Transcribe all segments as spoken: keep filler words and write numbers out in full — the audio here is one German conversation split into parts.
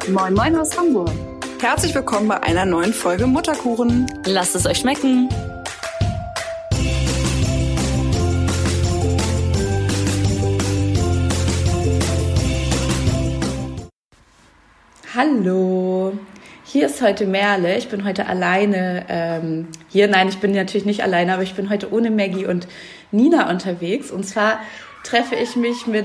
Moin Moin aus Hamburg. Herzlich willkommen bei einer neuen Folge Mutterkuchen. Lasst es euch schmecken. Hallo, hier ist heute Merle. Ich bin heute alleine ähm, hier. Nein, ich bin natürlich nicht alleine, aber ich bin heute ohne Maggie und Nina unterwegs. Und zwar treffe ich mich mit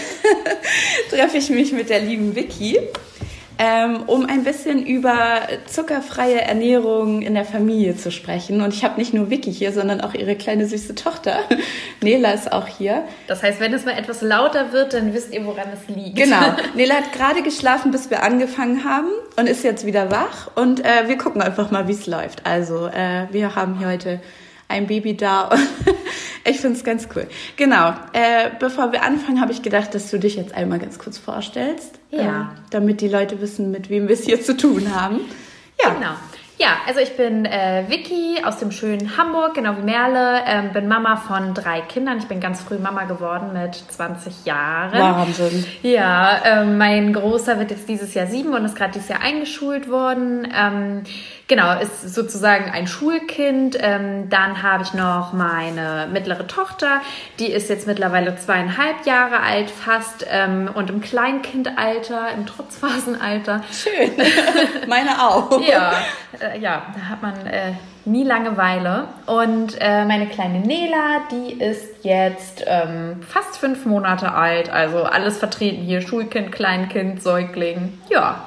treffe ich mich mit der lieben Vicky, ähm, um ein bisschen über zuckerfreie Ernährung in der Familie zu sprechen. Und ich habe nicht nur Vicky hier, sondern auch ihre kleine süße Tochter. Nela ist auch hier. Das heißt, wenn es mal etwas lauter wird, dann wisst ihr, woran es liegt. Genau. Nela hat gerade geschlafen, bis wir angefangen haben und ist jetzt wieder wach. Und äh, wir gucken einfach mal, wie es läuft. Also äh, wir haben hier heute ein Baby da und ich finde es ganz cool. Genau, äh, bevor wir anfangen, habe ich gedacht, dass du dich jetzt einmal ganz kurz vorstellst. Ja. Äh, damit die Leute wissen, mit wem wir es hier zu tun haben. Ja. Genau. Ja, also ich bin äh, Vicky aus dem schönen Hamburg, genau wie Merle, ähm, bin Mama von drei Kindern. Ich bin ganz früh Mama geworden mit zwanzig Jahren. Wahnsinn. Ja, ähm, mein Großer wird jetzt dieses Jahr sieben und ist gerade dieses Jahr eingeschult worden. Ähm, genau, ist sozusagen ein Schulkind. Ähm, dann habe ich noch meine mittlere Tochter, die ist jetzt mittlerweile zweieinhalb Jahre alt fast ähm, und im Kleinkindalter, im Trotzphasenalter. Schön, meine auch. Ja, äh, ja, da hat man äh, nie Langeweile. Und äh, meine kleine Nela, die ist jetzt ähm, fast fünf Monate alt. Also alles vertreten hier, Schulkind, Kleinkind, Säugling. Ja.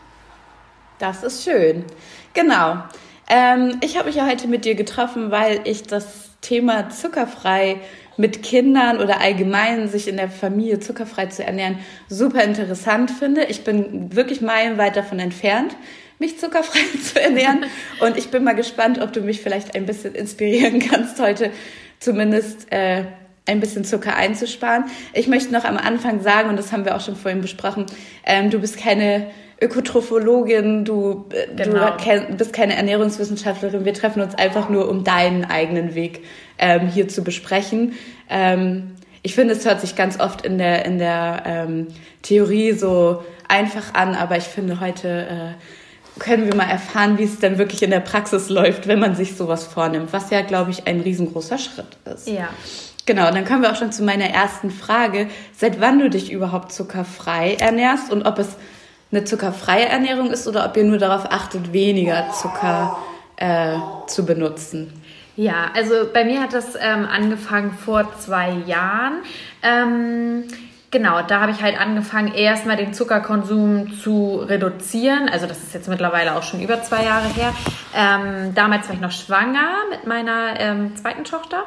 Das ist schön. Genau. Ähm, ich habe mich ja heute mit dir getroffen, weil ich das Thema zuckerfrei mit Kindern oder allgemein sich in der Familie zuckerfrei zu ernähren super interessant finde. Ich bin wirklich meilenweit davon entfernt, mich zuckerfrei zu ernähren. Und ich bin mal gespannt, ob du mich vielleicht ein bisschen inspirieren kannst, heute zumindest äh, ein bisschen Zucker einzusparen. Ich möchte noch am Anfang sagen, und das haben wir auch schon vorhin besprochen, ähm, du bist keine Ökotrophologin, du, genau. du bist keine Ernährungswissenschaftlerin. Wir treffen uns einfach nur, um deinen eigenen Weg ähm, hier zu besprechen. Ähm, ich finde, es hört sich ganz oft in der, in der ähm, Theorie so einfach an, aber ich finde, heute äh, können wir mal erfahren, wie es dann wirklich in der Praxis läuft, wenn man sich sowas vornimmt, was ja, glaube ich, ein riesengroßer Schritt ist. Ja. Genau, dann kommen wir auch schon zu meiner ersten Frage, seit wann du dich überhaupt zuckerfrei ernährst und ob es eine zuckerfreie Ernährung ist oder ob ihr nur darauf achtet, weniger Zucker äh, zu benutzen. Ja, also bei mir hat das ähm, angefangen vor zwei Jahren. Ähm, genau, da habe ich halt angefangen, erstmal den Zuckerkonsum zu reduzieren. Also das ist jetzt mittlerweile auch schon über zwei Jahre her. Ähm, damals war ich noch schwanger mit meiner ähm, zweiten Tochter.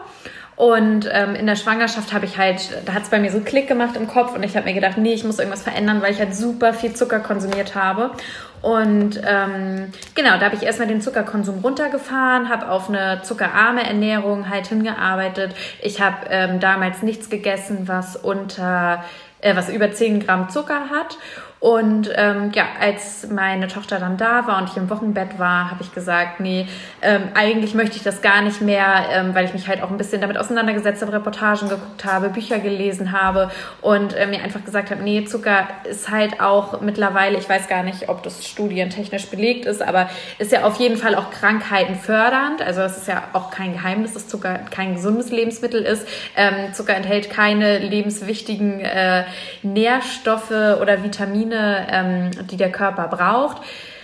Und ähm, in der Schwangerschaft habe ich halt, da hat es bei mir so Klick gemacht im Kopf und ich habe mir gedacht, nee, ich muss irgendwas verändern, weil ich halt super viel Zucker konsumiert habe. Und ähm, genau, da habe ich erstmal den Zuckerkonsum runtergefahren, habe auf eine zuckerarme Ernährung halt hingearbeitet. Ich habe ähm, damals nichts gegessen, was unter, äh, was über zehn Gramm Zucker hat. Und ähm, ja, als meine Tochter dann da war und ich im Wochenbett war, habe ich gesagt, nee, ähm, eigentlich möchte ich das gar nicht mehr, ähm, weil ich mich halt auch ein bisschen damit auseinandergesetzt habe, Reportagen geguckt habe, Bücher gelesen habe und äh, mir einfach gesagt habe, nee, Zucker ist halt auch mittlerweile, ich weiß gar nicht, ob das studientechnisch belegt ist, aber ist ja auf jeden Fall auch Krankheiten fördernd. Also es ist ja auch kein Geheimnis, dass Zucker kein gesundes Lebensmittel ist. Ähm, Zucker enthält keine lebenswichtigen äh, Nährstoffe oder Vitamine, Ähm, die der Körper braucht.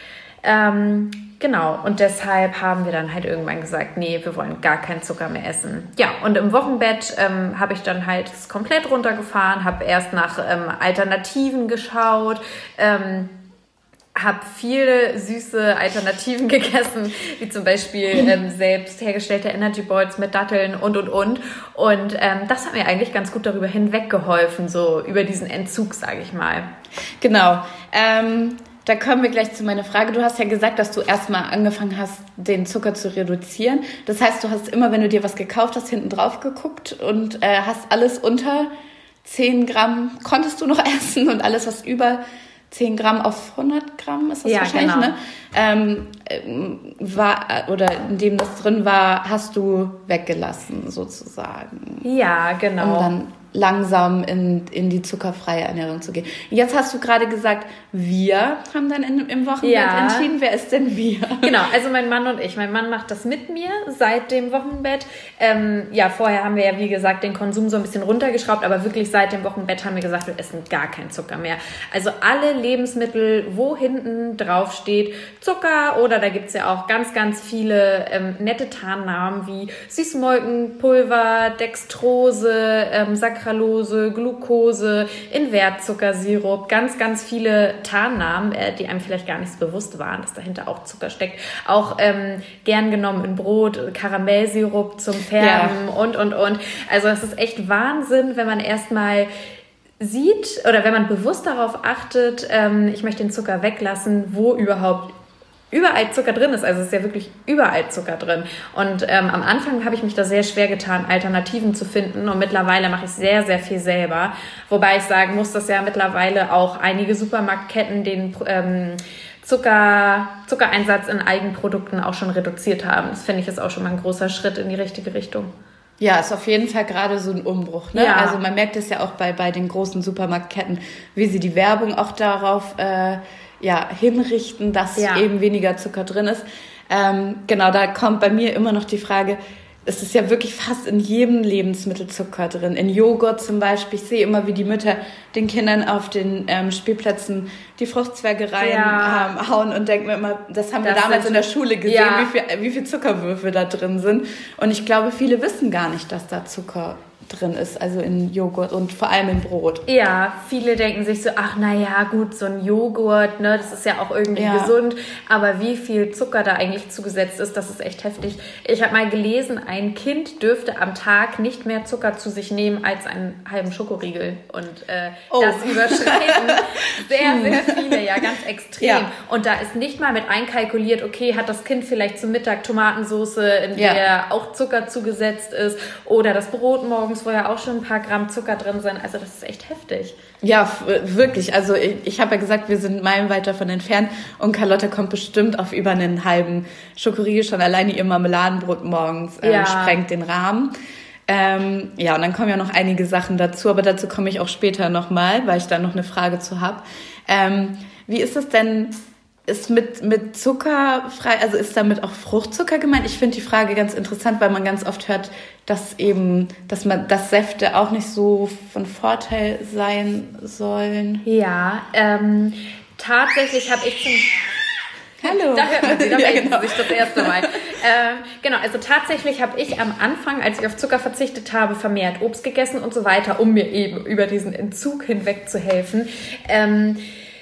Ähm, genau, und deshalb haben wir dann halt irgendwann gesagt, nee, wir wollen gar keinen Zucker mehr essen. Ja, und im Wochenbett ähm, habe ich dann halt das komplett runtergefahren, habe erst nach ähm, Alternativen geschaut, ähm, habe viele süße Alternativen gegessen, wie zum Beispiel ähm, selbst hergestellte Energy Balls mit Datteln und, und, und. Und ähm, das hat mir eigentlich ganz gut darüber hinweggeholfen, so über diesen Entzug, sage ich mal. Genau. Ähm, da kommen wir gleich zu meiner Frage. Du hast ja gesagt, dass du erstmal angefangen hast, den Zucker zu reduzieren. Das heißt, du hast immer, wenn du dir was gekauft hast, hinten drauf geguckt und äh, hast alles unter zehn Gramm konntest du noch essen und alles, was über zehn Gramm auf hundert Gramm ist das ja, wahrscheinlich, genau. ne? Ähm, war, oder in dem das drin war, hast du weggelassen, sozusagen. Ja, genau. Um dann langsam in, in die zuckerfreie Ernährung zu gehen. Jetzt hast du gerade gesagt, wir haben dann in, im Wochenbett ja. entschieden. Wer ist denn wir? Genau, also mein Mann und ich. Mein Mann macht das mit mir seit dem Wochenbett. Ähm, ja, vorher haben wir ja, wie gesagt, den Konsum so ein bisschen runtergeschraubt, aber wirklich seit dem Wochenbett haben wir gesagt, wir essen gar keinen Zucker mehr. Also alle Lebensmittel, wo hinten drauf steht Zucker, oder da gibt's ja auch ganz, ganz viele ähm, nette Tarnnamen wie Süßmolkenpulver, Dextrose, ähm, Saccharose, Glucose, Invertzuckersirup, ganz, ganz viele Tarnnamen, äh, die einem vielleicht gar nicht so bewusst waren, dass dahinter auch Zucker steckt. Auch ähm, gern genommen in Brot, Karamellsirup zum Färben ja. und, und, und. Also es ist echt Wahnsinn, wenn man erstmal sieht oder wenn man bewusst darauf achtet, ähm, ich möchte den Zucker weglassen, wo überhaupt überall Zucker drin ist. Also es ist ja wirklich überall Zucker drin. Und ähm, am Anfang habe ich mich da sehr schwer getan, Alternativen zu finden. Und mittlerweile mache ich sehr, sehr viel selber. Wobei ich sagen muss, dass ja mittlerweile auch einige Supermarktketten den ähm, Zucker, Zuckereinsatz in Eigenprodukten auch schon reduziert haben. Das finde ich ist auch schon mal ein großer Schritt in die richtige Richtung. Ja, ist auf jeden Fall gerade so ein Umbruch. Ne? Ja. Also man merkt es ja auch bei, bei den großen Supermarktketten, wie sie die Werbung auch darauf äh, ja, hinrichten, dass ja. eben weniger Zucker drin ist. Ähm, genau, da kommt bei mir immer noch die Frage, es ist ja wirklich fast in jedem Lebensmittel Zucker drin. In Joghurt zum Beispiel. Ich sehe immer, wie die Mütter den Kindern auf den ähm, Spielplätzen die Fruchtzwerge reinhauen ja. und denke mir immer, das haben wir das damals in der Schule gesehen, ja. wie viel, wie viel Zuckerwürfel da drin sind. Und ich glaube, viele wissen gar nicht, dass da Zucker drin ist, also in Joghurt und vor allem in Brot. Ja, viele denken sich so, ach naja, gut, so ein Joghurt, ne, das ist ja auch irgendwie ja. gesund, aber wie viel Zucker da eigentlich zugesetzt ist, das ist echt heftig. Ich habe mal gelesen, ein Kind dürfte am Tag nicht mehr Zucker zu sich nehmen als einen halben Schokoriegel und äh, oh. das überschreiten sehr, sehr viele, ja, ganz extrem. Ja. Und da ist nicht mal mit einkalkuliert, okay, hat das Kind vielleicht zum Mittag Tomatensauce, in der ja. auch Zucker zugesetzt ist, oder das Brot morgens, wo ja auch schon ein paar Gramm Zucker drin sind. Also das ist echt heftig. Ja, f- wirklich. Also ich, ich habe ja gesagt, wir sind meilenweit davon entfernt und Carlotta kommt bestimmt auf über einen halben Schokoriegel. Schon alleine ihr Marmeladenbrot morgens ähm, ja. sprengt den Rahmen. Ähm, ja, und dann kommen ja noch einige Sachen dazu, aber dazu komme ich auch später nochmal, weil ich da noch eine Frage zu habe. Ähm, wie ist es denn... Ist mit, mit Zucker frei, also ist damit auch Fruchtzucker gemeint? Ich finde die Frage ganz interessant, weil man ganz oft hört, dass eben, dass man, dass Säfte auch nicht so von Vorteil sein sollen. Ja, ähm, tatsächlich habe ich zum Hallo. Da hört man sie, da melden ja, genau. sich das erste Mal. ähm, genau, also tatsächlich habe ich am Anfang, als ich auf Zucker verzichtet habe, vermehrt Obst gegessen und so weiter, um mir eben über diesen Entzug hinweg zu helfen. Ähm,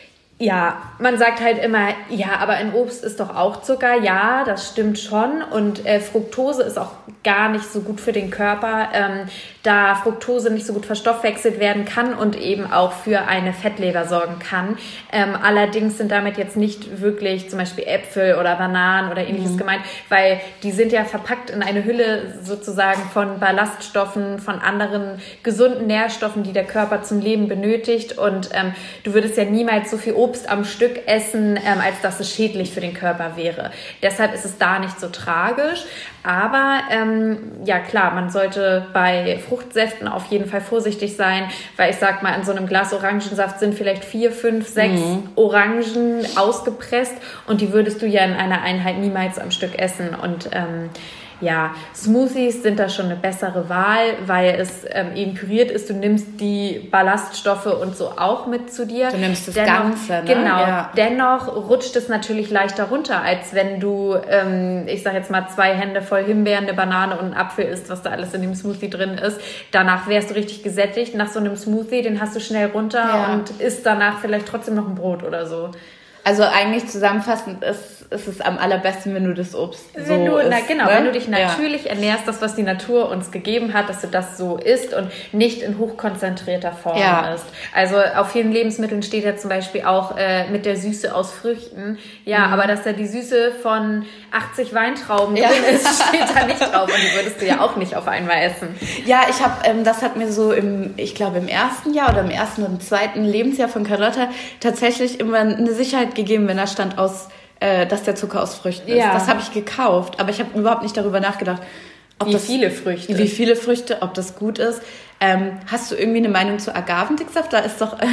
Ja, man sagt halt immer, ja, aber in Obst ist doch auch Zucker. Ja, das stimmt schon. Und äh, Fructose ist auch gar nicht so gut für den Körper, ähm, da Fructose nicht so gut verstoffwechselt werden kann und eben auch für eine Fettleber sorgen kann. Ähm, allerdings sind damit jetzt nicht wirklich zum Beispiel Äpfel oder Bananen oder ähnliches mhm. gemeint, weil die sind ja verpackt in eine Hülle sozusagen von Ballaststoffen, von anderen gesunden Nährstoffen, die der Körper zum Leben benötigt. Und ähm, du würdest ja niemals so viel Obst am Stück essen, ähm, als dass es schädlich für den Körper wäre. Deshalb ist es da nicht so tragisch. Aber ähm, ja klar, man sollte bei Fruchtsäften auf jeden Fall vorsichtig sein, weil ich sag mal, in so einem Glas Orangensaft sind vielleicht vier, fünf, sechs mhm. Orangen ausgepresst und die würdest du ja in einer Einheit niemals am Stück essen. Und ähm, ja, Smoothies sind da schon eine bessere Wahl, weil es ähm, eben püriert ist. Du nimmst die Ballaststoffe und so auch mit zu dir. Du nimmst das dennoch, Ganze, ne? Genau. Ja. Dennoch rutscht es natürlich leichter runter, als wenn du, ähm, ich sag jetzt mal, zwei Hände voll Himbeeren, eine Banane und einen Apfel isst, was da alles in dem Smoothie drin ist. Danach wärst du richtig gesättigt. Nach so einem Smoothie, den hast du schnell runter ja. und isst danach vielleicht trotzdem noch ein Brot oder so. Also eigentlich zusammenfassend ist, ist es am allerbesten, wenn du das Obst wenn so du, isst. Na, genau, ne? wenn du dich natürlich ja. ernährst, das, was die Natur uns gegeben hat, dass du das so isst und nicht in hochkonzentrierter Form ja. isst. Also auf vielen Lebensmitteln steht ja zum Beispiel auch äh, mit der Süße aus Früchten. Ja, mhm. aber dass da die Süße von achtzig Weintrauben ja. drin ist, steht da nicht drauf. Und die würdest du ja auch nicht auf einmal essen. Ja, ich habe, ähm, das hat mir so im, ich glaube im ersten Jahr oder im ersten und zweiten Lebensjahr von Carlotta tatsächlich immer eine Sicherheit gegeben, wenn da stand aus, äh, dass der Zucker aus Früchten ist. Ja. Das habe ich gekauft, aber ich habe überhaupt nicht darüber nachgedacht, ob wie das, viele Früchte. Wie viele Früchte, ob das gut ist. Ähm, hast du irgendwie eine Meinung zu Agavendicksaft? Da ist doch...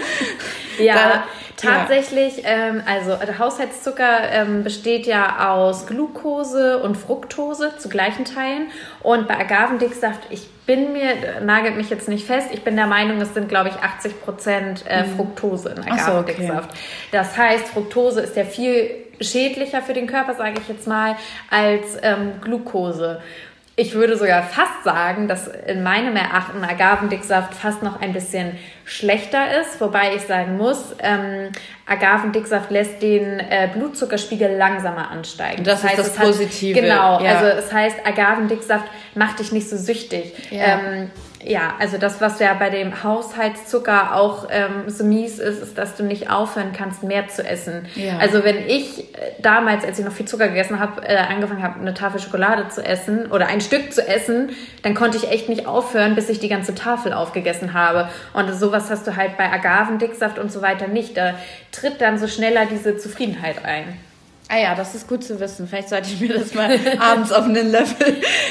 ja, da, tatsächlich, ja. Ähm, also der Haushaltszucker ähm, besteht ja aus Glucose und Fructose zu gleichen Teilen. Und bei Agavendicksaft, ich bin mir, nagelt mich jetzt nicht fest, ich bin der Meinung, es sind, glaube ich, achtzig Prozent äh, Fructose in Agavendicksaft. So, okay. Das heißt, Fructose ist ja viel schädlicher für den Körper, sage ich jetzt mal, als ähm, Glucose. Ich würde sogar fast sagen, dass in meinem Erachten Agavendicksaft fast noch ein bisschen schlechter ist, wobei ich sagen muss, ähm, Agavendicksaft lässt den äh, Blutzuckerspiegel langsamer ansteigen. Das, das heißt, ist das Positive. Hat, genau, ja. also es heißt, Agavendicksaft macht dich nicht so süchtig. Ja. Ähm, Ja, also das, was ja bei dem Haushaltszucker auch ähm, so mies ist, ist, dass du nicht aufhören kannst, mehr zu essen. Ja. Also wenn ich damals, als ich noch viel Zucker gegessen habe, äh, angefangen habe, eine Tafel Schokolade zu essen oder ein Stück zu essen, dann konnte ich echt nicht aufhören, bis ich die ganze Tafel aufgegessen habe. Und sowas hast du halt bei Agavendicksaft und so weiter nicht. Da tritt dann so schneller diese Zufriedenheit ein. Ah ja, das ist gut zu wissen. Vielleicht sollte ich mir das mal abends auf einen Löffel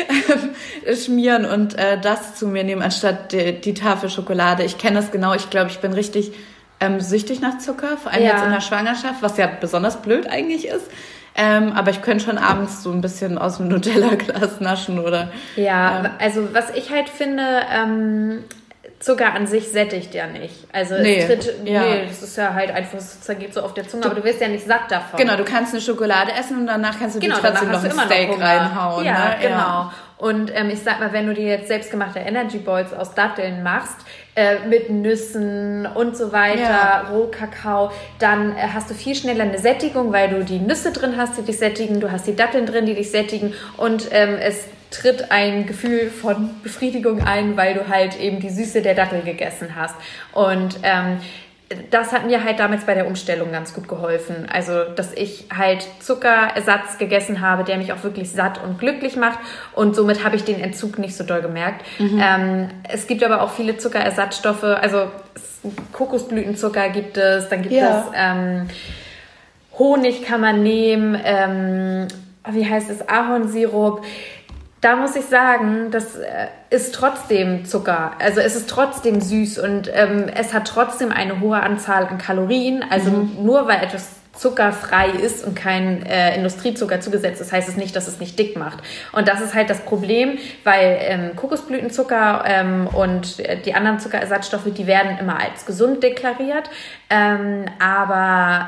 äh, schmieren und äh, das zu mir nehmen, anstatt die, die Tafel Schokolade. Ich kenne das genau. Ich glaube, ich bin richtig ähm, süchtig nach Zucker, vor allem ja. jetzt in der Schwangerschaft, was ja besonders blöd eigentlich ist. Ähm, aber ich könnte schon abends so ein bisschen aus dem Nutella-Glas naschen oder... Ja, ähm, also was ich halt finde... Ähm Zucker an sich sättigt ja nicht. Also nee, es tritt, ja. nee, das ist ja halt einfach, es zergeht so auf der Zunge, du, aber du wirst ja nicht satt davon. Genau, du kannst eine Schokolade essen und danach kannst du genau, dir trotzdem noch ein Steak noch reinhauen. Ja, ne? genau. Ja. Und ähm, ich sag mal, wenn du dir jetzt selbstgemachte Energy Balls aus Datteln machst, äh, mit Nüssen und so weiter, ja. Rohkakao, dann äh, hast du viel schneller eine Sättigung, weil du die Nüsse drin hast, die dich sättigen, du hast die Datteln drin, die dich sättigen und ähm, es tritt ein Gefühl von Befriedigung ein, weil du halt eben die Süße der Dattel gegessen hast. Und ähm, das hat mir halt damals bei der Umstellung ganz gut geholfen. Also, dass ich halt Zuckerersatz gegessen habe, der mich auch wirklich satt und glücklich macht. Und somit habe ich den Entzug nicht so doll gemerkt. Mhm. Ähm, es gibt aber auch viele Zuckerersatzstoffe. Also Kokosblütenzucker gibt es, dann gibt ja. es ähm, Honig kann man nehmen, ähm, wie heißt es, Ahornsirup. Da muss ich sagen, das ist trotzdem Zucker. Also es ist trotzdem süß und ähm, es hat trotzdem eine hohe Anzahl an Kalorien. Also mhm. nur weil etwas zuckerfrei ist und kein äh, Industriezucker zugesetzt ist, heißt es nicht, dass es nicht dick macht. Und das ist halt das Problem, weil ähm, Kokosblütenzucker ähm, und die anderen Zuckerersatzstoffe, die werden immer als gesund deklariert. Ähm, aber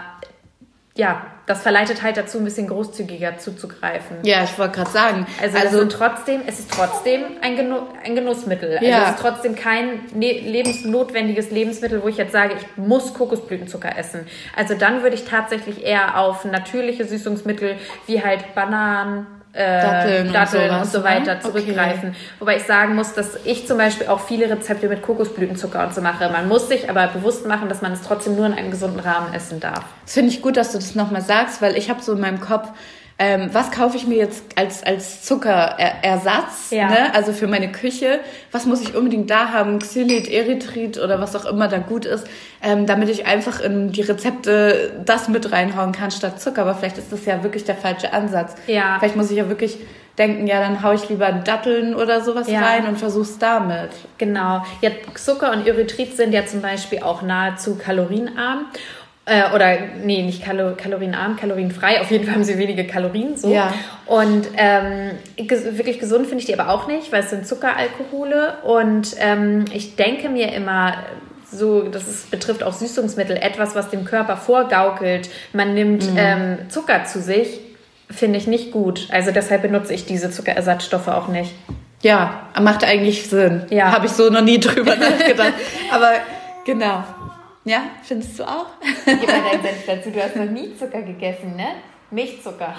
ja, das verleitet halt dazu, ein bisschen großzügiger zuzugreifen. Ja, ich wollte gerade sagen. Also, also sind trotzdem, es ist trotzdem ein, Genu- ein Genussmittel. Ja. Also es ist trotzdem kein ne- lebensnotwendiges Lebensmittel, wo ich jetzt sage, ich muss Kokosblütenzucker essen. Also dann würde ich tatsächlich eher auf natürliche Süßungsmittel wie halt Bananen, Äh, Datteln, Datteln und, und so weiter ne? zurückgreifen. Okay. Wobei ich sagen muss, dass ich zum Beispiel auch viele Rezepte mit Kokosblütenzucker und so mache. Man muss sich aber bewusst machen, dass man es trotzdem nur in einem gesunden Rahmen essen darf. Das finde ich gut, dass du das nochmal sagst, weil ich habe so in meinem Kopf, ähm, was kaufe ich mir jetzt als, als Zuckerersatz, ja. ne? Also für meine Küche, was muss ich unbedingt da haben, Xylit, Erythrit oder was auch immer da gut ist, ähm, damit ich einfach in die Rezepte das mit reinhauen kann statt Zucker, aber vielleicht ist das ja wirklich der falsche Ansatz. Ja. Vielleicht muss ich ja wirklich denken, ja, dann haue ich lieber Datteln oder sowas ja. rein und versuch's damit. Genau. Ja, Zucker und Erythrit sind ja zum Beispiel auch nahezu kalorienarm. Äh, oder, nee, nicht kalo- kalorienarm, kalorienfrei. Auf jeden Fall haben sie wenige Kalorien. So. Ja. Und ähm, ges- wirklich gesund finde ich die aber auch nicht, weil es sind Zuckeralkohole. Und ähm, ich denke mir immer, so, das ist, betrifft auch Süßungsmittel, etwas, was dem Körper vorgaukelt. Man nimmt mhm. ähm, Zucker zu sich, finde ich nicht gut. Also deshalb benutze ich diese Zuckerersatzstoffe auch nicht. Ja, macht eigentlich Sinn. Ja. Habe ich so noch nie drüber nachgedacht. Aber genau. Ja, findest du auch? Gib mal deinen Senf dazu. Du hast noch nie Zucker gegessen, ne? Milchzucker.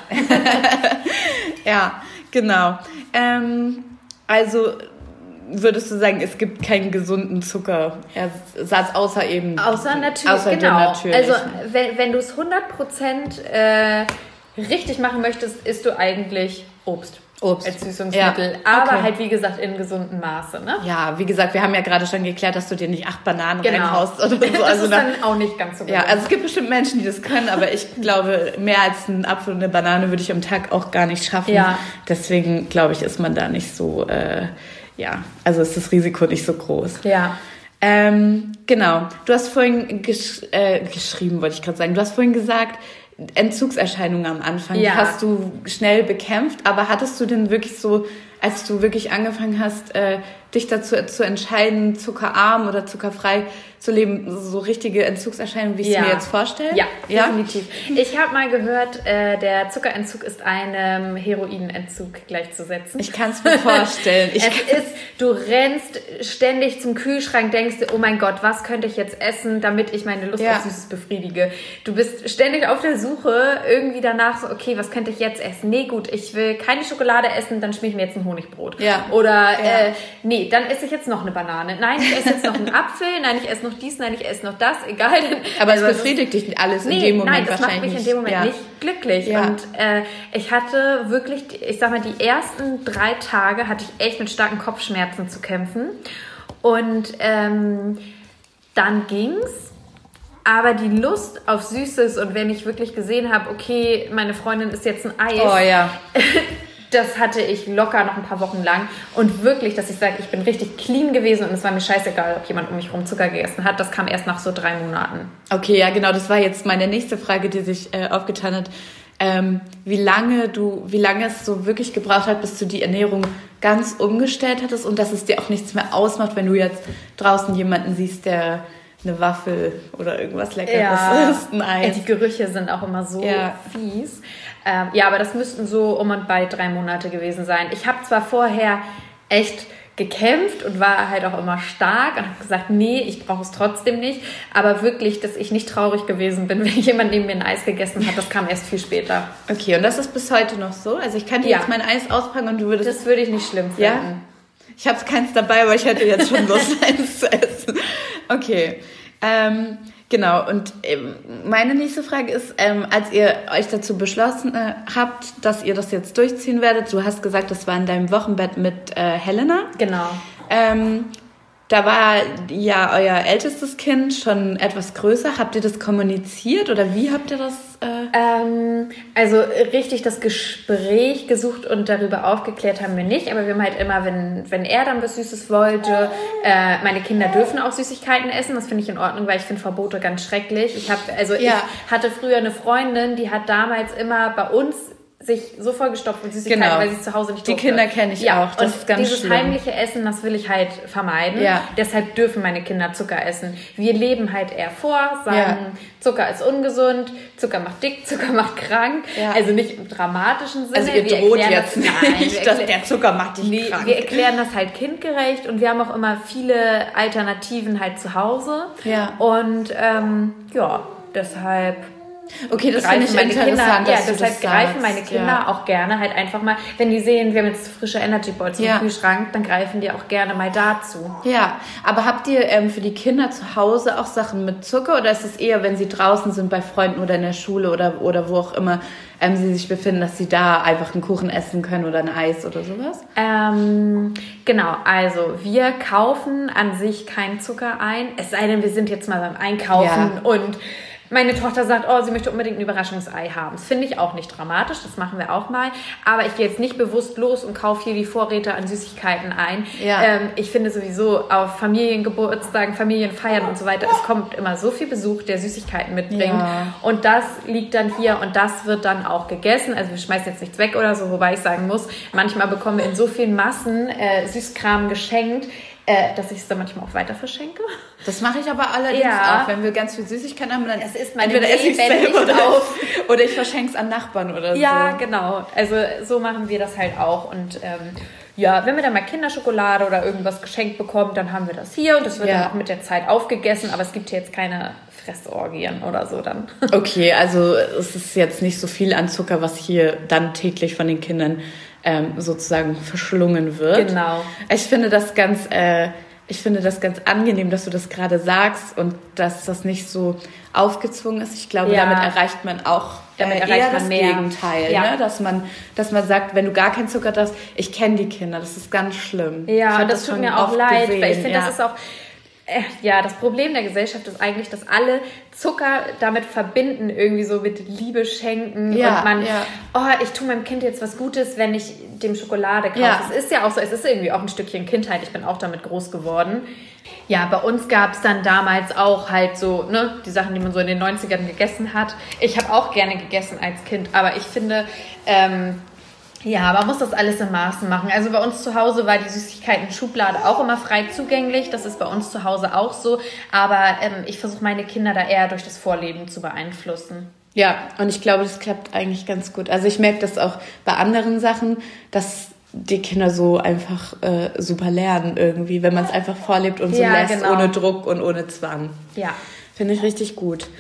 Ja, genau. Ähm, also würdest du sagen, es gibt keinen gesunden Zuckerersatz, außer eben... Außer natürlich, außer genau. natürlich. Also wenn, wenn du es hundert Prozent äh, richtig machen möchtest, isst du eigentlich Obst. Obst. als Süßungsmittel. Ja. Aber Okay. halt, wie gesagt, in gesundem Maße. Ne? Ja, wie gesagt, wir haben ja gerade schon geklärt, dass du dir nicht acht Bananen Genau. reinhaust oder so. Das Also ist nach- dann auch nicht ganz so gut. ja, also es gibt bestimmt Menschen, die das können, aber ich glaube, mehr als ein Apfel und eine Banane würde ich am Tag auch gar nicht schaffen. Ja. Deswegen, glaube ich, ist man da nicht so, äh, ja, also ist das Risiko nicht so groß. Ja. Ähm, genau, du hast vorhin gesch äh, geschrieben, wollte ich gerade sagen, du hast vorhin gesagt, Entzugserscheinungen am Anfang, Ja. die hast du schnell bekämpft, aber hattest du denn wirklich so, als du wirklich angefangen hast, äh, dich dazu zu entscheiden, zuckerarm oder zuckerfrei zu leben, so richtige Entzugserscheinungen, wie ich es Ja. mir jetzt vorstelle? Ja, definitiv. Ich habe mal gehört, äh, der Zuckerentzug ist einem Heroinentzug gleichzusetzen. Ich kann es mir vorstellen. Ich es ist, du rennst ständig zum Kühlschrank, denkst dir, oh mein Gott, was könnte ich jetzt essen, damit ich meine Lust Ja. auf Süßes befriedige. Du bist ständig auf der Suche, irgendwie danach so, okay, was könnte ich jetzt essen? Nee, gut, ich will keine Schokolade essen, dann schmier ich mir jetzt ein Honigbrot. Ja. Oder, Ja. äh, nee, dann esse ich jetzt noch eine Banane. Nein, ich esse jetzt noch einen Apfel. Nein, ich esse noch dies. Nein, ich esse noch das. Egal. aber Also, es das ist- befriedigt dich nicht alles in Nee, dem Moment nein, das macht wahrscheinlich mich in dem Moment ja. nicht glücklich. Ja. Und äh, ich hatte wirklich, ich sag mal, die ersten drei Tage hatte ich echt mit starken Kopfschmerzen zu kämpfen. Und ähm, dann ging's. Aber die Lust auf Süßes und wenn ich wirklich gesehen habe, okay, meine Freundin isst jetzt ein Eis, Oh ja. das hatte ich locker noch ein paar Wochen lang. Und wirklich, dass ich sage, ich bin richtig clean gewesen und es war mir scheißegal, ob jemand um mich rum Zucker gegessen hat. Das kam erst nach so drei Monaten. Okay, ja genau, das war jetzt meine nächste Frage, die sich äh, aufgetan hat. Ähm, wie lange du, wie lange es so wirklich gebraucht hat, bis du die Ernährung ganz umgestellt hattest und dass es dir auch nichts mehr ausmacht, wenn du jetzt draußen jemanden siehst, der eine Waffel oder irgendwas Leckeres isst, ein Ey, Eis. die Gerüche sind auch immer so Ja. fies. Ähm, ja, aber das müssten so um und bei drei Monate gewesen sein. Ich habe zwar vorher echt gekämpft und war halt auch immer stark und habe gesagt, nee, ich brauche es trotzdem nicht. Aber wirklich, dass ich nicht traurig gewesen bin, wenn jemand neben mir ein Eis gegessen hat, das kam erst viel später. Okay, und das ist bis heute noch so? Also ich kann dir Ja. jetzt mein Eis auspacken und du würdest... Das würde ich nicht schlimm finden. Ja? Ich habe keins dabei, aber ich hätte jetzt schon Lust, eins zu essen. Okay, ähm, genau. Und ähm, meine nächste Frage ist, ähm, als ihr euch dazu beschlossen äh, habt, dass ihr das jetzt durchziehen werdet, du hast gesagt, das war in deinem Wochenbett mit äh, Helena. Genau. Ähm, da war ja euer ältestes Kind schon etwas größer. Habt ihr das kommuniziert oder wie habt ihr das? Äh Ähm, also richtig das Gespräch gesucht und darüber aufgeklärt haben wir nicht, aber wir haben halt immer, wenn, wenn er dann was Süßes wollte, äh, meine Kinder dürfen auch Süßigkeiten essen, das finde ich in Ordnung, weil ich finde Verbote ganz schrecklich. Ich habe, also Ja. ich hatte früher eine Freundin, die hat damals immer bei uns sich so vollgestopft mit Süßigkeiten, Genau. weil sie es zu Hause nicht Die durfte. Kinder kenne ich ja, auch, das und ist ganz dieses schlimm. heimliche Essen, das will ich halt vermeiden. Ja. Deshalb dürfen meine Kinder Zucker essen. Wir leben halt eher vor, sagen, Ja. Zucker ist ungesund, Zucker macht dick, Zucker macht krank. Ja. Also nicht im dramatischen Sinne. also ihr Wir droht erklären jetzt das, nein, wir nicht, dass erklä- der Zucker macht dich Nee, krank. wir erklären das halt kindgerecht und wir haben auch immer viele Alternativen halt zu Hause. Ja. Und ähm, ja, deshalb Okay, das finde greifen ich meine Kinder, interessant, ja, dass du deshalb das greifen sagst. meine Kinder Ja. auch gerne halt einfach mal, wenn die sehen, wir haben jetzt frische Energy Balls Ja. im Kühlschrank, dann greifen die auch gerne mal dazu. Ja, aber habt ihr ähm, für die Kinder zu Hause auch Sachen mit Zucker oder ist es eher, wenn sie draußen sind bei Freunden oder in der Schule oder, oder wo auch immer ähm, sie sich befinden, dass sie da einfach einen Kuchen essen können oder ein Eis oder sowas? Ähm, genau, also wir kaufen an sich keinen Zucker ein, es sei denn, wir sind jetzt mal beim Einkaufen Ja. und meine Tochter sagt, oh, sie möchte unbedingt ein Überraschungsei haben. Das finde ich auch nicht dramatisch, das machen wir auch mal. Aber ich gehe jetzt nicht bewusst los und kaufe hier die Vorräte an Süßigkeiten ein. Ja. Ähm, ich finde sowieso auf Familiengeburtstagen, Familienfeiern und so weiter, es kommt immer so viel Besuch, der Süßigkeiten mitbringt. Ja. Und das liegt dann hier und das wird dann auch gegessen. Also wir schmeißen jetzt nichts weg oder so, wobei ich sagen muss, manchmal bekommen wir in so vielen Massen äh, Süßkram geschenkt, äh, dass ich es dann manchmal auch weiter verschenke. Das mache ich aber allerdings Ja. auch, wenn wir ganz viel Süßigkeiten haben. Dann Das ist meine entweder esse ich lebendig selber oder, auf. oder ich verschenke es an Nachbarn oder Ja, so. genau. Also so machen wir das halt auch. Und ähm, ja, wenn wir dann mal Kinderschokolade oder irgendwas geschenkt bekommen, dann haben wir das hier und das wird Ja. dann auch mit der Zeit aufgegessen. Aber es gibt hier jetzt keine Fressorgien oder so dann. Okay, also es ist jetzt nicht so viel an Zucker, was hier dann täglich von den Kindern ähm, sozusagen verschlungen wird. Genau. Ich finde das ganz, äh, ich finde das ganz angenehm, dass du das gerade sagst und dass das nicht so aufgezwungen ist. Ich glaube, ja. damit erreicht man auch damit äh, eher das mehr. Gegenteil. Ja. Ne? Dass man, dass man sagt, wenn du gar keinen Zucker darfst, ich kenne die Kinder, das ist ganz schlimm. Ja, das, das tut mir auch leid, gesehen. Weil ich finde, ja. das ist auch... Ja, das Problem der Gesellschaft ist eigentlich, dass alle Zucker damit verbinden, irgendwie so mit Liebe schenken. Ja, und man, ja. oh, ich tue meinem Kind jetzt was Gutes, wenn ich dem Schokolade kaufe. Ja. Es ist ja auch so, es ist irgendwie auch ein Stückchen Kindheit. Ich bin auch damit groß geworden. Ja, bei uns gab es dann damals auch halt so, ne, die Sachen, die man so in den neunzigern gegessen hat. Ich habe auch gerne gegessen als Kind, aber ich finde... Ähm, Ja, man muss das alles in Maßen machen. Also bei uns zu Hause war die Süßigkeiten-Schublade auch immer frei zugänglich. Das ist bei uns zu Hause auch so. Aber ähm, ich versuche meine Kinder da eher durch das Vorleben zu beeinflussen. Ja, und ich glaube, das klappt eigentlich ganz gut. Also ich merke das auch bei anderen Sachen, dass die Kinder so einfach äh, super lernen irgendwie, wenn man es einfach vorlebt und so ja, lässt, genau. ohne Druck und ohne Zwang. Ja. Finde ich richtig gut.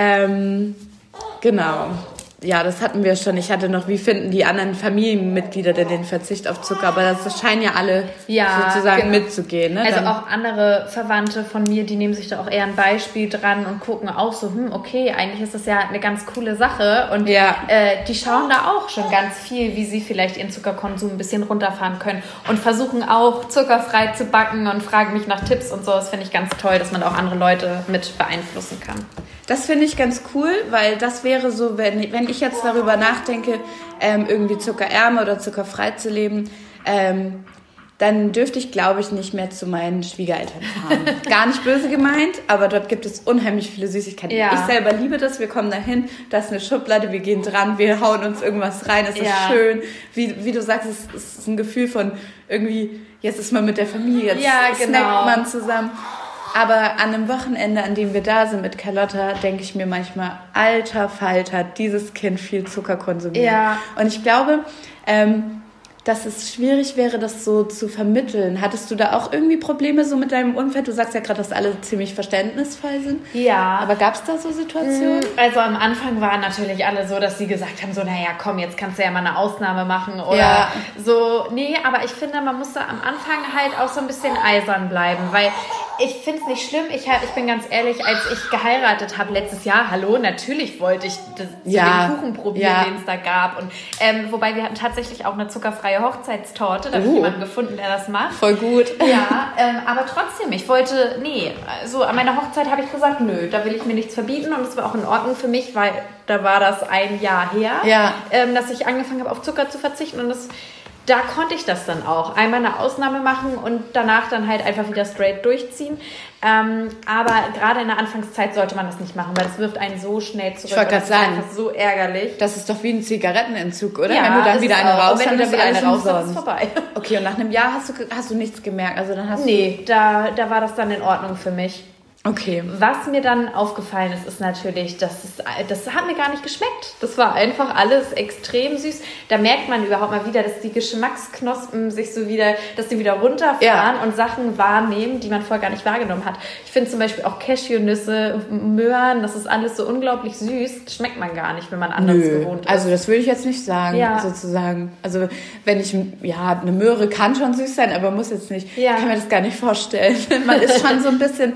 Ähm, genau. Ja, das hatten wir schon. Ich hatte noch, wie finden die anderen Familienmitglieder denn den Verzicht auf Zucker? Aber das, das scheinen ja alle ja, sozusagen genau. mitzugehen. Ne? Also Dann, auch andere Verwandte von mir, die nehmen sich da auch eher ein Beispiel dran und gucken auch so, hm, okay, eigentlich ist das ja eine ganz coole Sache. Und ja. äh, die schauen da auch schon ganz viel, wie sie vielleicht ihren Zuckerkonsum ein bisschen runterfahren können und versuchen auch zuckerfrei zu backen und fragen mich nach Tipps und so. Das finde ich ganz toll, dass man auch andere Leute mit beeinflussen kann. Das finde ich ganz cool, weil das wäre so, wenn, wenn ich jetzt darüber nachdenke, ähm, irgendwie zuckerärm oder zuckerfrei zu leben, ähm, dann dürfte ich, glaube ich, nicht mehr zu meinen Schwiegereltern fahren. Gar nicht böse gemeint, aber dort gibt es unheimlich viele Süßigkeiten. Ja. Ich selber liebe das, wir kommen dahin, da ist eine Schublade, wir gehen dran, wir hauen uns irgendwas rein, es ist ja. schön. Wie, wie du sagst, es, es ist ein Gefühl von irgendwie, jetzt ist man mit der Familie, jetzt ja, genau. snackt man zusammen. Aber an einem Wochenende, an dem wir da sind mit Carlotta, denke ich mir manchmal, alter Falter, hat dieses Kind viel Zucker konsumiert. Ja. Und ich glaube, ähm, dass es schwierig wäre, das so zu vermitteln. Hattest du da auch irgendwie Probleme so mit deinem Umfeld? Du sagst ja gerade, dass alle ziemlich verständnisvoll sind. Ja. Aber gab es da so Situationen? Also am Anfang waren natürlich alle so, dass sie gesagt haben, so, naja, komm, jetzt kannst du ja mal eine Ausnahme machen oder ja. so. Nee, aber ich finde, man muss da am Anfang halt auch so ein bisschen eisern bleiben, weil ich finde es nicht schlimm. Ich, ich bin ganz ehrlich, als ich geheiratet habe letztes Jahr, hallo, natürlich wollte ich das, ja. den Kuchen probieren, ja. den es da gab. Und, ähm, wobei wir hatten tatsächlich auch eine zuckerfreie Hochzeitstorte. Da habe uh, ich jemanden gefunden, der das macht. Voll gut. Ja, ähm, aber trotzdem, ich wollte, nee, also an meiner Hochzeit habe ich gesagt, nö, da will ich mir nichts verbieten und es war auch in Ordnung für mich, weil da war das ein Jahr her, ja. ähm, dass ich angefangen habe, auf Zucker zu verzichten und das da konnte ich das dann auch. Einmal eine Ausnahme machen und danach dann halt einfach wieder straight durchziehen. Ähm, aber gerade in der Anfangszeit sollte man das nicht machen, weil das wirft einen so schnell zurück. Ich wollte gerade sagen, das ist einfach so ärgerlich. Das ist doch wie ein Zigarettenentzug, oder? Ja, wenn du dann wieder eine raus hast, dann wieder eine raus, dann ist es vorbei. Okay, und nach einem Jahr hast du, hast du nichts gemerkt? Also dann hast nee, du da, da war das dann in Ordnung für mich. Okay. Was mir dann aufgefallen ist, ist natürlich, dass es, das hat mir gar nicht geschmeckt. Das war einfach alles extrem süß. Da merkt man überhaupt mal wieder, dass die Geschmacksknospen sich so wieder, dass die wieder runterfahren ja. und Sachen wahrnehmen, die man vorher gar nicht wahrgenommen hat. Ich finde zum Beispiel auch Cashewnüsse, Möhren, das ist alles so unglaublich süß. Das schmeckt man gar nicht, wenn man anders Nö. gewohnt ist. Also das würde ich jetzt nicht sagen, ja. sozusagen. Also wenn ich, ja, eine Möhre kann schon süß sein, aber muss jetzt nicht. Ja. Ich kann mir das gar nicht vorstellen. Man ist schon so ein bisschen...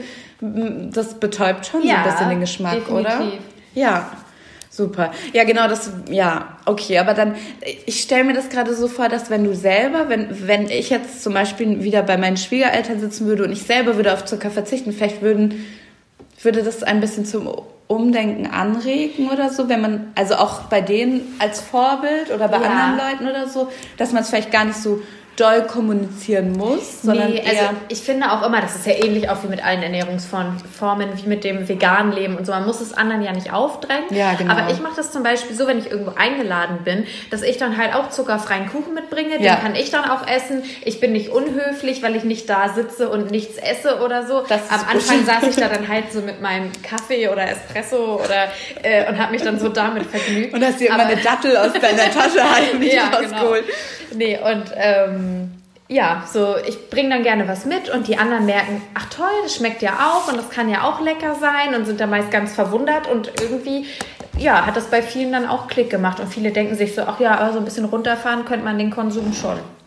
Das betäubt schon ja, so ein bisschen den Geschmack, definitiv. Oder? Ja, super. Ja, genau, das, ja, okay, aber dann, ich stelle mir das gerade so vor, dass wenn du selber, wenn, wenn ich jetzt zum Beispiel wieder bei meinen Schwiegereltern sitzen würde und ich selber würde auf Zucker verzichten, vielleicht würden, würde das ein bisschen zum Umdenken anregen oder so, wenn man, also auch bei denen als Vorbild oder bei ja. anderen Leuten oder so, dass man es vielleicht gar nicht so doll kommunizieren muss, sondern nee, also ich finde auch immer, das ist ja ähnlich auch wie mit allen Ernährungsformen, wie mit dem veganen Leben und so. Man muss es anderen ja nicht aufdrängen. Ja, genau. Aber ich mache das zum Beispiel so, wenn ich irgendwo eingeladen bin, dass ich dann halt auch zuckerfreien Kuchen mitbringe. Ja. Den kann ich dann auch essen. Ich bin nicht unhöflich, weil ich nicht da sitze und nichts esse oder so. Das Am Anfang saß ich da dann halt so mit meinem Kaffee oder Espresso oder äh, und habe mich dann so damit vergnügt. Und hast dir immer eine Dattel aus deiner Tasche heimlich ja, rausgeholt. Genau. Nee, und ähm, ja, so ich bringe dann gerne was mit und die anderen merken, ach toll, das schmeckt ja auch und das kann ja auch lecker sein und sind dann meist ganz verwundert und irgendwie, ja, hat das bei vielen dann auch Klick gemacht und viele denken sich so, ach ja, aber so ein bisschen runterfahren könnte man den Konsum schon.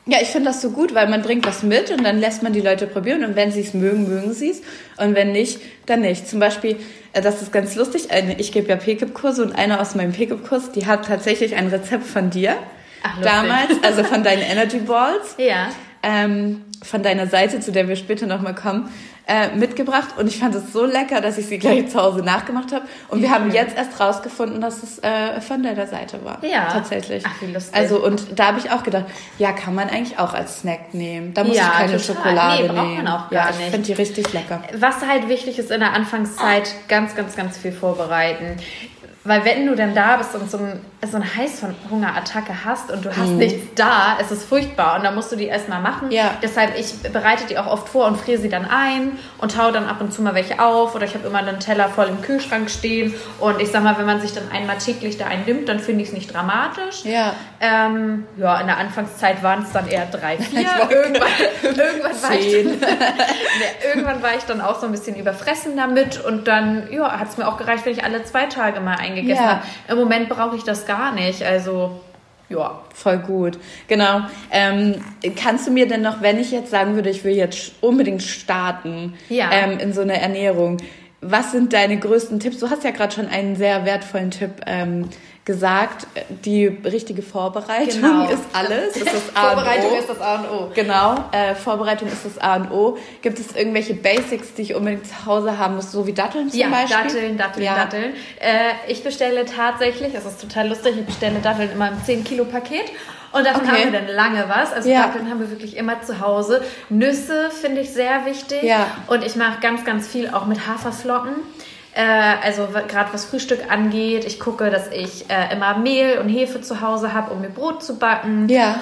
Ja, ich finde das so gut, weil man bringt was mit und dann lässt man die Leute probieren und wenn sie es mögen, mögen sie es und wenn nicht, dann nicht. Zum Beispiel, das ist ganz lustig, ich gebe ja P K I P-Kurse und eine aus meinem P K I P-Kurs, die hat tatsächlich ein Rezept von dir. Ach, damals, also von deinen Energy Balls. Ja. Ähm, von deiner Seite, zu der wir später nochmal kommen, äh, mitgebracht und ich fand es so lecker, dass ich sie gleich zu Hause nachgemacht habe und wir mhm. haben jetzt erst rausgefunden, dass es äh, von deiner Seite war. Ja. Tatsächlich. Ach, wie lustig. Also und da habe ich auch gedacht, ja, kann man eigentlich auch als Snack nehmen. Da muss ja, ich keine total. Schokolade nee, braucht nehmen. Man auch gar ja, ich nicht. finde die richtig lecker. Was halt wichtig ist in der Anfangszeit, ganz, ganz, ganz viel vorbereiten. Weil wenn du dann da bist und so, ein, so eine Heißhungerattacke hast und du hast mm. nichts da, es ist furchtbar und dann musst du die erstmal machen. Ja. Deshalb, ich bereite die auch oft vor und friere sie dann ein und taue dann ab und zu mal welche auf oder ich habe immer einen Teller voll im Kühlschrank stehen und ich sag mal, wenn man sich dann einmal täglich da einen nimmt, dann finde ich es nicht dramatisch. Ja. Ähm, ja, in der Anfangszeit waren es dann eher drei, vier. Irgendwann, irgendwann, war ich dann, ja, irgendwann war ich dann auch so ein bisschen überfressen damit und dann ja, hat es mir auch gereicht, wenn ich alle zwei Tage mal eingegessen ja. habe. Im Moment brauche ich das gar nicht, also ja. Voll gut, genau. Ähm, kannst du mir denn noch, wenn ich jetzt sagen würde, ich will jetzt unbedingt starten ja. ähm, in so eine Ernährung, was sind deine größten Tipps? Du hast ja gerade schon einen sehr wertvollen Tipp ähm, gesagt, die richtige Vorbereitung genau. ist alles. Ist das A Vorbereitung und O. ist das A und O. Genau, äh, Vorbereitung ist das A und O. Gibt es irgendwelche Basics, die ich unbedingt zu Hause haben muss, so wie Datteln zum ja, Beispiel? Datteln, Datteln, ja. Datteln. Äh, ich bestelle tatsächlich, das ist total lustig, ich bestelle Datteln immer im zehn Kilo Paket. Und davon okay. haben wir dann lange was. Also ja. Datteln haben wir wirklich immer zu Hause. Nüsse finde ich sehr wichtig. Ja. Und ich mache ganz, ganz viel auch mit Haferflocken. Also gerade was Frühstück angeht, ich gucke, dass ich äh, immer Mehl und Hefe zu Hause habe, um mir Brot zu backen. Ja.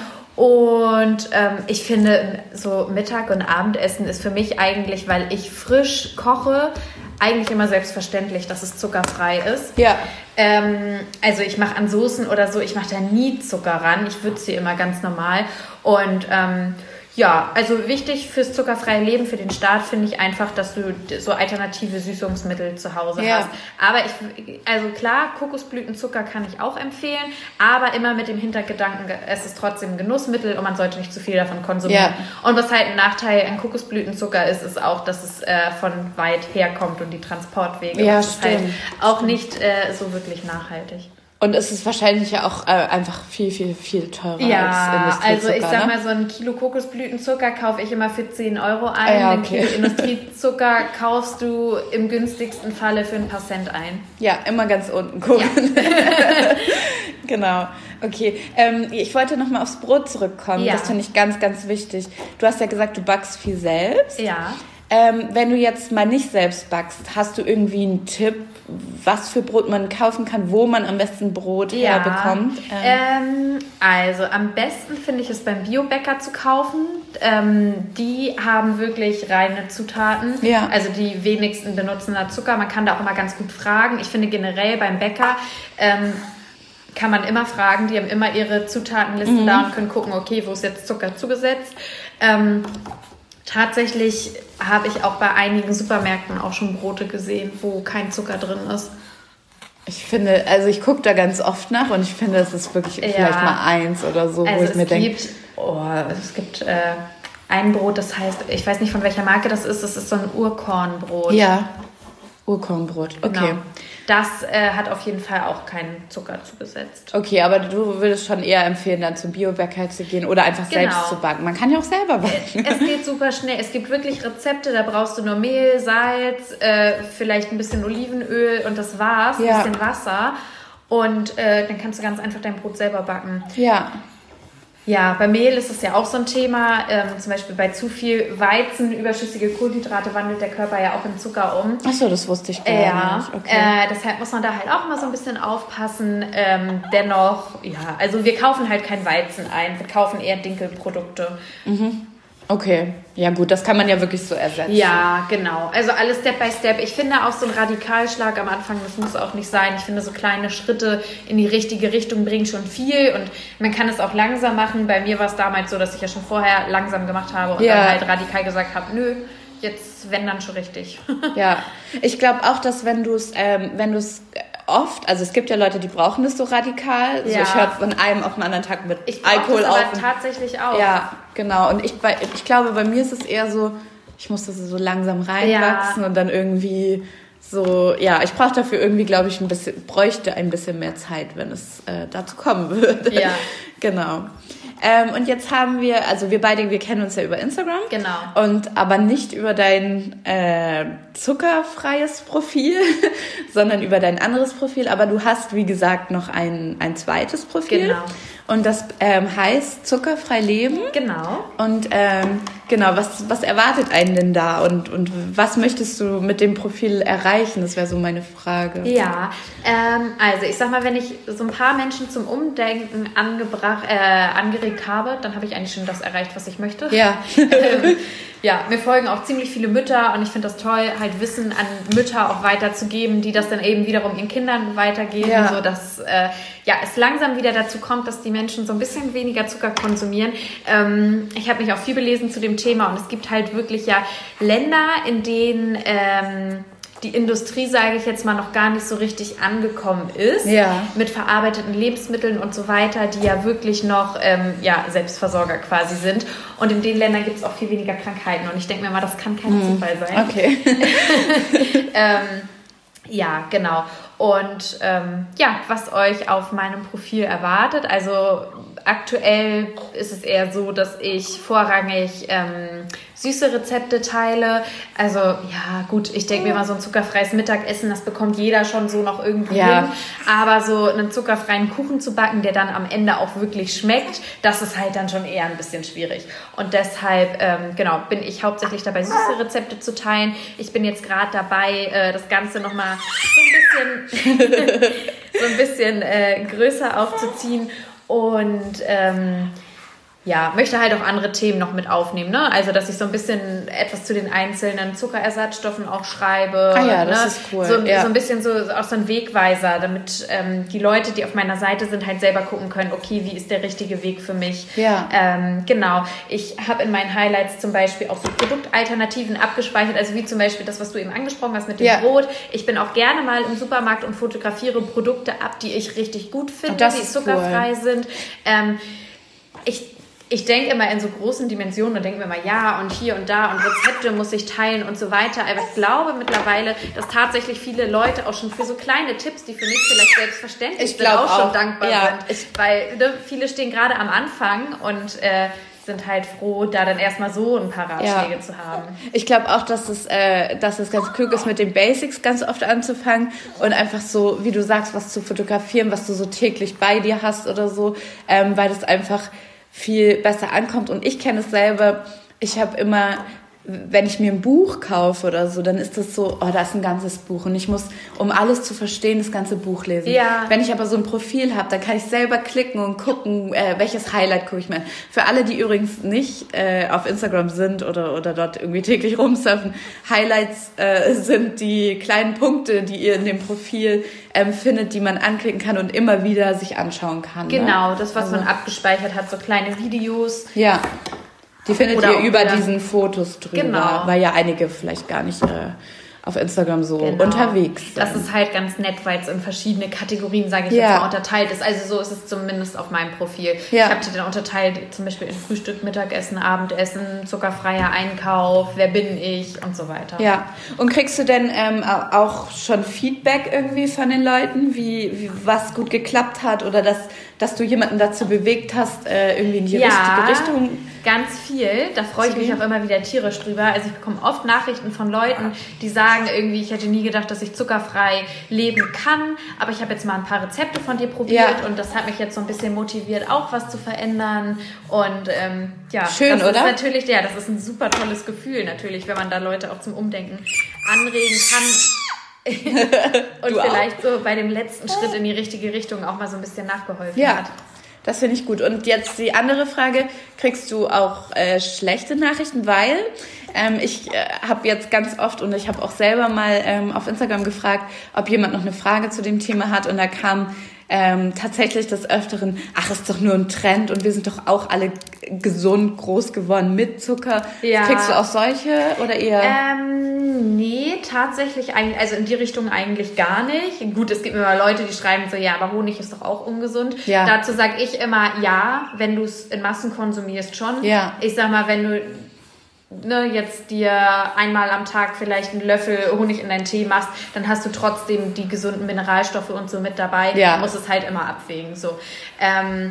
Und ähm, ich finde, so Mittag- und Abendessen ist für mich eigentlich, weil ich frisch koche, eigentlich immer selbstverständlich, dass es zuckerfrei ist. Ja. Ähm, also ich mache an Soßen oder so, ich mache da nie Zucker ran. Ich würze sie immer ganz normal. Und ähm, ja, also wichtig fürs zuckerfreie Leben, für den Start finde ich einfach, dass du so alternative Süßungsmittel zu Hause ja. hast. Aber ich, also klar, Kokosblütenzucker kann ich auch empfehlen, aber immer mit dem Hintergedanken, es ist trotzdem ein Genussmittel und man sollte nicht zu viel davon konsumieren. Ja. Und was halt ein Nachteil an Kokosblütenzucker ist, ist auch, dass es äh, von weit herkommt und die Transportwege. Ja, das ist halt auch nicht äh, so wirklich nachhaltig. Und es ist wahrscheinlich ja auch äh, einfach viel, viel, viel teurer ja, als Industriezucker. Also ich sag ne? mal, so ein Kilo Kokosblütenzucker kaufe ich immer für zehn Euro ein. Ja, okay. Ein Kilo Industriezucker kaufst du im günstigsten Falle für ein paar Cent ein. Ja, immer ganz unten gucken. Ja. Genau. Okay, ähm, ich wollte nochmal aufs Brot zurückkommen. Ja. Das finde ich ganz, ganz wichtig. Du hast ja gesagt, du backst viel selbst. Ja. Ähm, wenn du jetzt mal nicht selbst backst, hast du irgendwie einen Tipp, was für Brot man kaufen kann, wo man am besten Brot ja. herbekommt? Ähm. Ähm, also am besten finde ich es beim Biobäcker zu kaufen. Ähm, die haben wirklich reine Zutaten. Ja. Also die wenigsten benutzen da Zucker. Man kann da auch immer ganz gut fragen. Ich finde generell beim Bäcker ähm, kann man immer fragen. Die haben immer ihre Zutatenlisten mhm. da und können gucken, okay, wo ist jetzt Zucker zugesetzt. Ähm, Tatsächlich habe ich auch bei einigen Supermärkten auch schon Brote gesehen, wo kein Zucker drin ist. Ich finde, also ich gucke da ganz oft nach und ich finde, es ist wirklich ja. vielleicht mal eins oder so, also wo ich mir denke. Oh, es gibt äh, ein Brot, das heißt, ich weiß nicht, von welcher Marke das ist, das ist so ein Urkornbrot. Ja, Urkornbrot, okay. Genau. Das äh, hat auf jeden Fall auch keinen Zucker zugesetzt. Okay, aber du würdest schon eher empfehlen, dann zum Biobäcker zu gehen oder einfach genau. selbst zu backen. Man kann ja auch selber backen. Es geht super schnell. Es gibt wirklich Rezepte, da brauchst du nur Mehl, Salz, äh, vielleicht ein bisschen Olivenöl und das war's, ja. ein bisschen Wasser. Und äh, dann kannst du ganz einfach dein Brot selber backen. Ja. Ja, bei Mehl ist es ja auch so ein Thema. Ähm, zum Beispiel bei zu viel Weizen, überschüssige Kohlenhydrate wandelt der Körper ja auch in Zucker um. Ach so, das wusste ich gar ja, nicht. Okay. Äh, deshalb muss man da halt auch immer so ein bisschen aufpassen. Ähm, dennoch, ja, also wir kaufen halt kein Weizen ein. Wir kaufen eher Dinkelprodukte. Mhm. Okay, ja gut, das kann man ja wirklich so ersetzen. Ja, genau. Also alles Step by Step. Ich finde auch so ein Radikalschlag am Anfang, das muss auch nicht sein. Ich finde, so kleine Schritte in die richtige Richtung bringen schon viel und man kann es auch langsam machen. Bei mir war es damals so, dass ich ja schon vorher langsam gemacht habe und ja. dann halt radikal gesagt habe, nö, jetzt wenn dann schon richtig. Ja, ich glaube auch, dass wenn du es ähm, wenn du es oft, also es gibt ja Leute, die brauchen das so radikal. Ja. So, ich höre von einem auf den anderen Tag mit ich Alkohol das auf. aber tatsächlich auch. Ja, genau. Und ich, bei, ich glaube, bei mir ist es eher so, ich muss das so langsam reinwachsen ja. und dann irgendwie so, ja, ich brauche dafür irgendwie, glaube ich, ein bisschen, bräuchte ein bisschen mehr Zeit, wenn es äh, dazu kommen würde. Ja. Genau. Ähm, und jetzt haben wir, also wir beide, wir kennen uns ja über Instagram. Genau. Und aber nicht über dein äh, zuckerfreies Profil, sondern über dein anderes Profil. Aber du hast, wie gesagt, noch ein, ein zweites Profil. Genau. Und das ähm, heißt Zuckerfrei Leben. Genau. Und ähm, genau, was, was erwartet einen denn da? Und, und was möchtest du mit dem Profil erreichen? Das wäre so meine Frage. Ja, ähm, also ich sag mal, wenn ich so ein paar Menschen zum Umdenken angebracht, äh, angeregt habe, dann habe ich eigentlich schon das erreicht, was ich möchte. Ja. ähm, ja, mir folgen auch ziemlich viele Mütter und ich finde das toll, halt Wissen an Mütter auch weiterzugeben, die das dann eben wiederum ihren Kindern weitergeben, ja. sodass äh, ja, es langsam wieder dazu kommt, dass die Menschen so ein bisschen weniger Zucker konsumieren. Ähm, ich habe mich auch viel belesen zu dem Thema und es gibt halt wirklich ja Länder, in denen ähm, die Industrie, sage ich jetzt mal, noch gar nicht so richtig angekommen ist, ja. mit verarbeiteten Lebensmitteln und so weiter, die ja wirklich noch ähm, ja, Selbstversorger quasi sind. Und in den Ländern gibt es auch viel weniger Krankheiten. Und ich denke mir mal, das kann kein hm. Zufall sein. Okay. ähm, ja, genau. Und ähm, ja, was euch auf meinem Profil erwartet, also aktuell ist es eher so, dass ich vorrangig ähm, süße Rezepte teile. Also ja, gut, ich denke mir mal, so ein zuckerfreies Mittagessen, das bekommt jeder schon so noch irgendwie ja. hin. Aber so einen zuckerfreien Kuchen zu backen, der dann am Ende auch wirklich schmeckt, das ist halt dann schon eher ein bisschen schwierig. Und deshalb, ähm, genau, bin ich hauptsächlich dabei, süße Rezepte zu teilen. Ich bin jetzt gerade dabei, äh, das Ganze nochmal so ein bisschen, so ein bisschen äh, größer aufzuziehen. Und ähm, ja, möchte halt auch andere Themen noch mit aufnehmen, ne? Also, dass ich so ein bisschen etwas zu den einzelnen Zuckerersatzstoffen auch schreibe. Ah ja, das ne? ist cool. So, ja. so ein bisschen so, auch so ein Wegweiser, damit ähm, die Leute, die auf meiner Seite sind, halt selber gucken können, okay, wie ist der richtige Weg für mich? Ja. Ähm, genau. Ich habe in meinen Highlights zum Beispiel auch so Produktalternativen abgespeichert, also wie zum Beispiel das, was du eben angesprochen hast mit dem ja. Brot. Ich bin auch gerne mal im Supermarkt und fotografiere Produkte ab, die ich richtig gut finde, die zuckerfrei cool. sind. Ähm, ich Ich denke immer in so großen Dimensionen und denke mir immer, ja, und hier und da und Rezepte muss ich teilen und so weiter. Aber ich glaube mittlerweile, dass tatsächlich viele Leute auch schon für so kleine Tipps, die für mich vielleicht selbstverständlich ich sind, auch, auch schon dankbar ja, sind. Ich, Weil ne, viele stehen gerade am Anfang und äh, sind halt froh, da dann erstmal so ein paar Ratschläge ja. zu haben. Ich glaube auch, dass es, äh, dass es ganz klug ist, mit den Basics ganz oft anzufangen und einfach so, wie du sagst, was zu fotografieren, was du so täglich bei dir hast oder so, ähm, weil das einfach viel besser ankommt. Und ich kenne es selber, ich habe immer, wenn ich mir ein Buch kaufe oder so, dann ist das so, oh, da ist ein ganzes Buch und ich muss, um alles zu verstehen, das ganze Buch lesen. Ja. Wenn ich aber so ein Profil habe, dann kann ich selber klicken und gucken, äh, welches Highlight gucke ich mir an. Für alle, die übrigens nicht äh, auf Instagram sind oder, oder dort irgendwie täglich rumsurfen, Highlights äh, sind die kleinen Punkte, die ihr in dem Profil ähm, findet, die man anklicken kann und immer wieder sich anschauen kann. Genau, ne? das, was also man abgespeichert hat, so kleine Videos. Ja. Die findet Oder ihr über wieder. diesen Fotos drüber, genau. weil ja einige vielleicht gar nicht äh, auf Instagram so genau. unterwegs sind. Das ist halt ganz nett, weil es in verschiedene Kategorien, sage ich ja. jetzt mal, unterteilt ist. Also so ist es zumindest auf meinem Profil. Ja. Ich habe die dann unterteilt, zum Beispiel in Frühstück, Mittagessen, Abendessen, zuckerfreier Einkauf, wer bin ich und so weiter. Ja, und kriegst du denn ähm, auch schon Feedback irgendwie von den Leuten, wie, wie was gut geklappt hat oder dass, dass du jemanden dazu bewegt hast, äh, irgendwie in die ja, richtige Richtung? Ganz viel. Da freue ich mich auch immer wieder tierisch drüber. Also ich bekomme oft Nachrichten von Leuten, die sagen irgendwie, ich hätte nie gedacht, dass ich zuckerfrei leben kann, aber ich habe jetzt mal ein paar Rezepte von dir probiert ja. und das hat mich jetzt so ein bisschen motiviert, auch was zu verändern. Und ähm, ja, schön, das oder? ist natürlich, ja, das ist ein super tolles Gefühl natürlich, wenn man da Leute auch zum Umdenken anregen kann. Und du vielleicht auch? so bei dem letzten Schritt in die richtige Richtung auch mal so ein bisschen nachgeholfen ja. hat. Das finde ich gut. Und jetzt die andere Frage, kriegst du auch äh, schlechte Nachrichten? Weil ähm, ich äh, habe jetzt ganz oft und ich habe auch selber mal ähm, auf Instagram gefragt, ob jemand noch eine Frage zu dem Thema hat und da kam ähm, tatsächlich des Öfteren, ach, ist doch nur ein Trend und wir sind doch auch alle gesund groß geworden mit Zucker. Ja. Kriegst du auch solche oder eher? Ähm, nee, tatsächlich eigentlich, also in die Richtung eigentlich gar nicht. Gut, es gibt immer Leute, die schreiben so, ja, aber Honig ist doch auch ungesund. Ja. Dazu sage ich immer, ja, wenn du es in Massen konsumierst schon. Ja. Ich sag mal, wenn du ne, jetzt dir einmal am Tag vielleicht einen Löffel Honig in deinen Tee machst, dann hast du trotzdem die gesunden Mineralstoffe und so mit dabei. Ja. Du musst es halt immer abwägen. So. Ähm,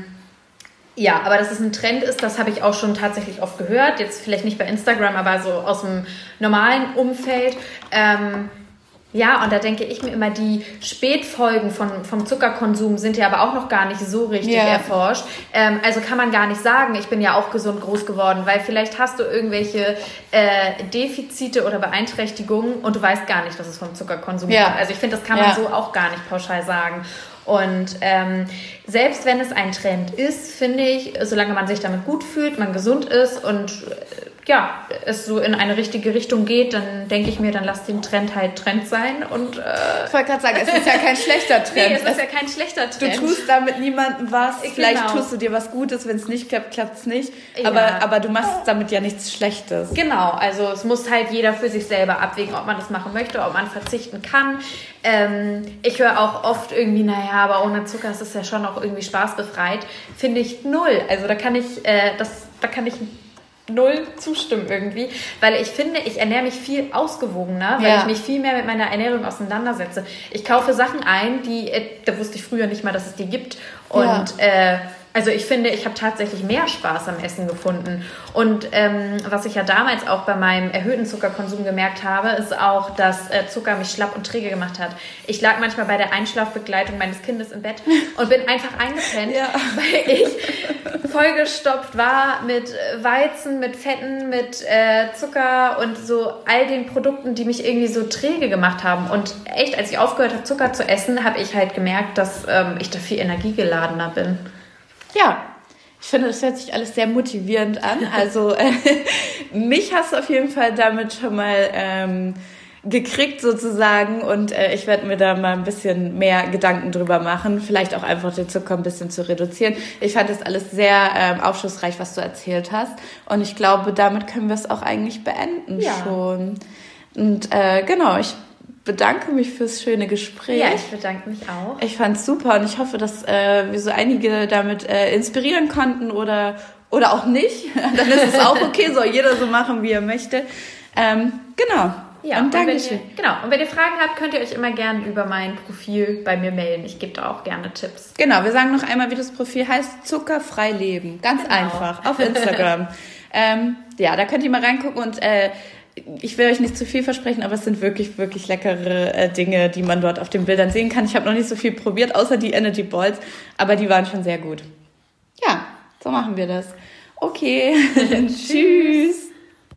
ja, aber dass es ein Trend ist, das habe ich auch schon tatsächlich oft gehört. Jetzt vielleicht nicht bei Instagram, aber so aus dem normalen Umfeld. Ähm, ja, und da denke ich mir immer, die Spätfolgen von, vom Zuckerkonsum sind ja aber auch noch gar nicht so richtig Ja. erforscht. Ähm, also kann man gar nicht sagen, ich bin ja auch gesund groß geworden, weil vielleicht hast du irgendwelche äh, Defizite oder Beeinträchtigungen und du weißt gar nicht, dass es vom Zuckerkonsum Ja. kommt. Also ich finde, das kann man Ja. so auch gar nicht pauschal sagen. Und ähm, selbst wenn es ein Trend ist, finde ich, solange man sich damit gut fühlt, man gesund ist und äh, ja, es so in eine richtige Richtung geht, dann denke ich mir, dann lass den Trend halt Trend sein. Und äh, Ich wollte gerade sagen, es ist ja kein schlechter Trend. nee, es ist ja kein schlechter Du Trend. tust damit niemandem was. Vielleicht Genau. tust du dir was Gutes, wenn es nicht klappt, klappt es nicht. Ja. Aber, aber du machst damit ja nichts Schlechtes. Genau, also es muss halt jeder für sich selber abwägen, ob man das machen möchte, ob man verzichten kann. Ähm, ich höre auch oft irgendwie, naja, aber ohne Zucker ist es ja schon auch irgendwie spaßbefreit. Finde ich null. Also da kann ich, äh, das, da kann ich null zustimmen irgendwie, weil ich finde, ich ernähre mich viel ausgewogener, weil Ja. ich mich viel mehr mit meiner Ernährung auseinandersetze. Ich kaufe Sachen ein, die, äh, da wusste ich früher nicht mal, dass es die gibt. Und Ja. äh, also ich finde, ich habe tatsächlich mehr Spaß am Essen gefunden. Und ähm, was ich ja damals auch bei meinem erhöhten Zuckerkonsum gemerkt habe, ist auch, dass äh, Zucker mich schlapp und träge gemacht hat. Ich lag manchmal bei der Einschlafbegleitung meines Kindes im Bett und bin einfach eingepennt, Ja. weil ich vollgestopft war mit Weizen, mit Fetten, mit äh, Zucker und so all den Produkten, die mich irgendwie so träge gemacht haben. Und echt, als ich aufgehört habe, Zucker zu essen, habe ich halt gemerkt, dass ähm, ich da viel energiegeladener bin. Ja, ich finde, das hört sich alles sehr motivierend an. Also äh, mich hast du auf jeden Fall damit schon mal ähm, gekriegt sozusagen und äh, ich werde mir da mal ein bisschen mehr Gedanken drüber machen, vielleicht auch einfach den Zucker ein bisschen zu reduzieren. Ich fand das alles sehr ähm, aufschlussreich, was du erzählt hast und ich glaube, damit können wir es auch eigentlich beenden Ja. schon. Und äh, genau, ich bedanke mich fürs schöne Gespräch. Ja, ich bedanke mich auch. Ich fand's super und ich hoffe, dass äh, wir so einige damit äh, inspirieren konnten oder, oder auch nicht. Dann ist es auch okay, soll jeder so machen, wie er möchte. Ähm, genau. Ja, und und wenn Dankeschön. ihr, genau. Und wenn ihr Fragen habt, könnt ihr euch immer gerne über mein Profil bei mir melden. Ich gebe da auch gerne Tipps. Genau, wir sagen noch einmal, wie das Profil heißt. Zuckerfrei leben. Ganz Genau. einfach. Auf Instagram. ähm, ja, da könnt ihr mal reingucken und äh, ich will euch nicht zu viel versprechen, aber es sind wirklich, wirklich leckere äh, Dinge, die man dort auf den Bildern sehen kann. Ich habe noch nicht so viel probiert, außer die Energy Balls, aber die waren schon sehr gut. Ja, so machen wir das. Okay, tschüss.